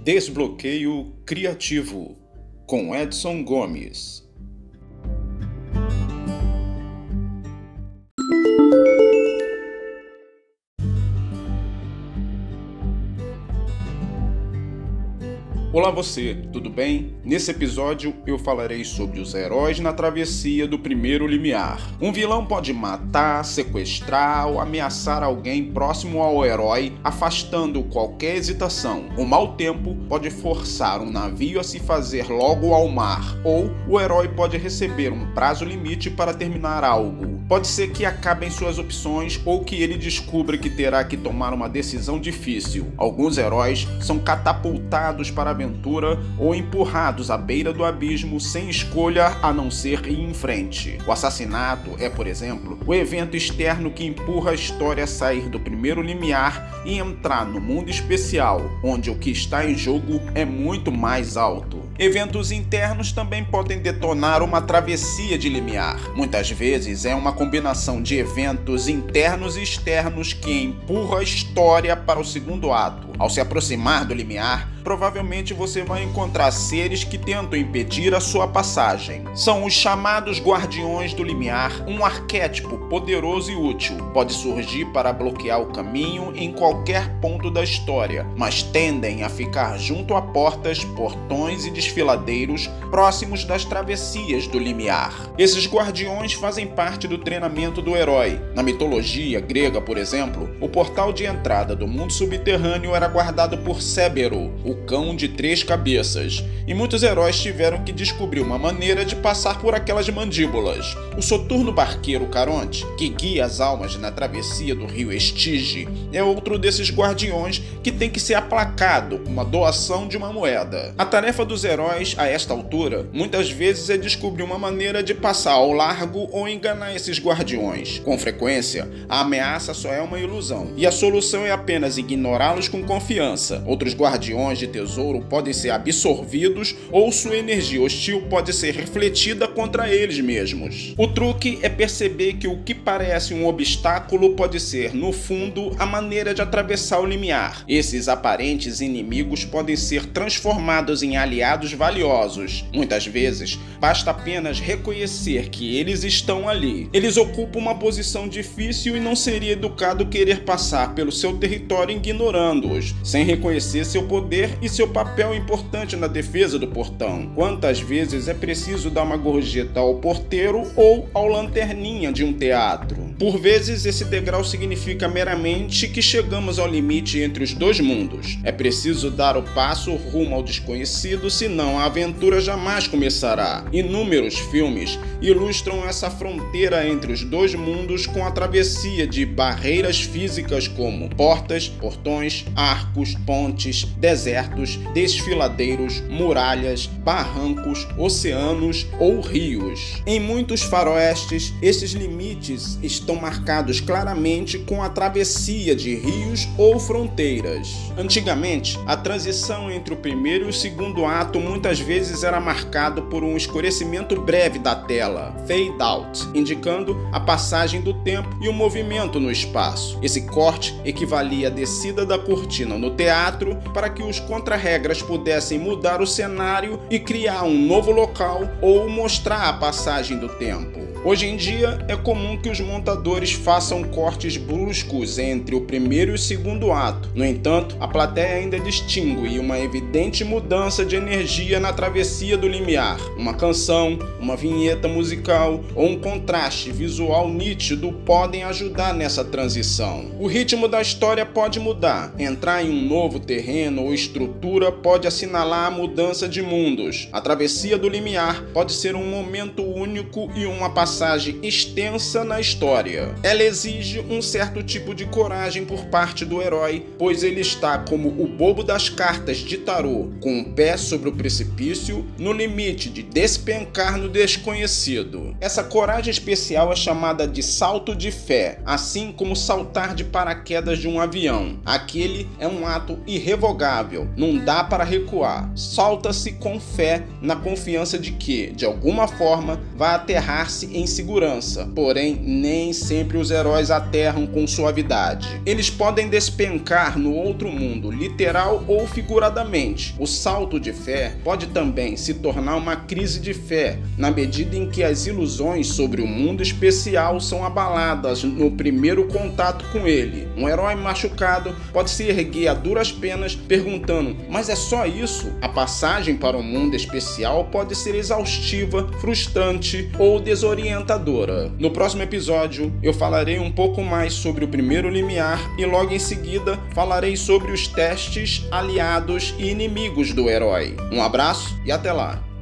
Desbloqueio Criativo, com Edson Gomes. Olá você, tudo bem? Nesse episódio eu falarei sobre os heróis na travessia do primeiro limiar. Um vilão pode matar, sequestrar ou ameaçar alguém próximo ao herói, afastando qualquer hesitação. O mau tempo pode forçar um navio a se fazer logo ao mar, ou o herói pode receber um prazo limite para terminar algo. Pode ser que acabem suas opções ou que ele descubra que terá que tomar uma decisão difícil. Alguns heróis são catapultados para a aventura ou empurrados à beira do abismo sem escolha a não ser ir em frente. O assassinato é, por exemplo, o evento externo que empurra a história a sair do primeiro limiar e entrar no mundo especial, onde o que está em jogo é muito mais alto. Eventos internos também podem detonar uma travessia de limiar. Muitas vezes é uma combinação de eventos internos e externos que empurra a história para o segundo ato. Ao se aproximar do limiar, provavelmente você vai encontrar seres que tentam impedir a sua passagem. São os chamados Guardiões do Limiar, um arquétipo poderoso e útil. Pode surgir para bloquear o caminho em qualquer ponto da história, mas tendem a ficar junto a portas, portões e desfiladeiros próximos das travessias do limiar. Esses guardiões fazem parte do treinamento do herói. Na mitologia grega, por exemplo, o portal de entrada do mundo subterrâneo era guardado por Cébero, o cão de 3 cabeças, e muitos heróis tiveram que descobrir uma maneira de passar por aquelas mandíbulas. O soturno barqueiro Caronte, que guia as almas na travessia do rio Estige, é outro desses guardiões que tem que ser aplacado com uma doação de uma moeda. A tarefa dos heróis, a esta altura, muitas vezes é descobrir uma maneira de passar ao largo ou enganar esses guardiões. Com frequência, a ameaça só é uma ilusão, e a solução é apenas ignorá-los com confiança. Outros guardiões de tesouro podem ser absorvidos ou sua energia hostil pode ser refletida contra eles mesmos. O truque é perceber que o que parece um obstáculo pode ser, no fundo, a maneira de atravessar o limiar. Esses aparentes inimigos podem ser transformados em aliados valiosos. Muitas vezes, basta apenas reconhecer que eles estão ali. Eles ocupam uma posição difícil e não seria educado querer passar pelo seu território ignorando-os, sem reconhecer seu poder e seu papel importante na defesa do portão. Quantas vezes é preciso dar uma gorjeta ao porteiro ou ao lanterninha de um teatro? Por vezes, esse degrau significa meramente que chegamos ao limite entre os dois mundos. É preciso dar o passo rumo ao desconhecido, senão a aventura jamais começará. Inúmeros filmes ilustram essa fronteira entre os dois mundos com a travessia de barreiras físicas como portas, portões, arcos, pontes, desertos, desfiladeiros, muralhas, barrancos, oceanos ou rios. Em muitos faroestes, esses limites estão marcados claramente com a travessia de rios ou fronteiras. Antigamente, a transição entre o primeiro e o segundo ato muitas vezes era marcado por um escurecimento breve da tela, fade out, indicando a passagem do tempo e o movimento no espaço. Esse corte equivalia à descida da cortina no teatro para que os contra-regras pudessem mudar o cenário e criar um novo local ou mostrar a passagem do tempo. Hoje em dia, é comum que os montadores façam cortes bruscos entre o primeiro e o segundo ato. No entanto, a plateia ainda distingue uma evidente mudança de energia na travessia do limiar. Uma canção, uma vinheta musical ou um contraste visual nítido podem ajudar nessa transição. O ritmo da história pode mudar. Entrar em um novo terreno ou estrutura pode assinalar a mudança de mundos. A travessia do limiar pode ser um momento único e uma passagem extensa na história. Ela exige um certo tipo de coragem por parte do herói, pois ele está como o bobo das cartas de tarô, com o pé sobre o precipício, no limite de despencar no desconhecido. Essa coragem especial é chamada de salto de fé, assim como saltar de paraquedas de um avião. Aquele é um ato irrevogável, não dá para recuar. Salta-se com fé, na confiança de que, de alguma forma, vai aterrar-se em em segurança, porém nem sempre os heróis aterram com suavidade. Eles podem despencar no outro mundo, literal ou figuradamente. O salto de fé pode também se tornar uma crise de fé, na medida em que as ilusões sobre o mundo especial são abaladas no primeiro contato com ele. Um herói machucado pode se erguer a duras penas perguntando: mas é só isso? A passagem para o mundo especial pode ser exaustiva, frustrante ou desorientadora. No próximo episódio eu falarei um pouco mais sobre o primeiro limiar e logo em seguida falarei sobre os testes, aliados e inimigos do herói. Um abraço e até lá!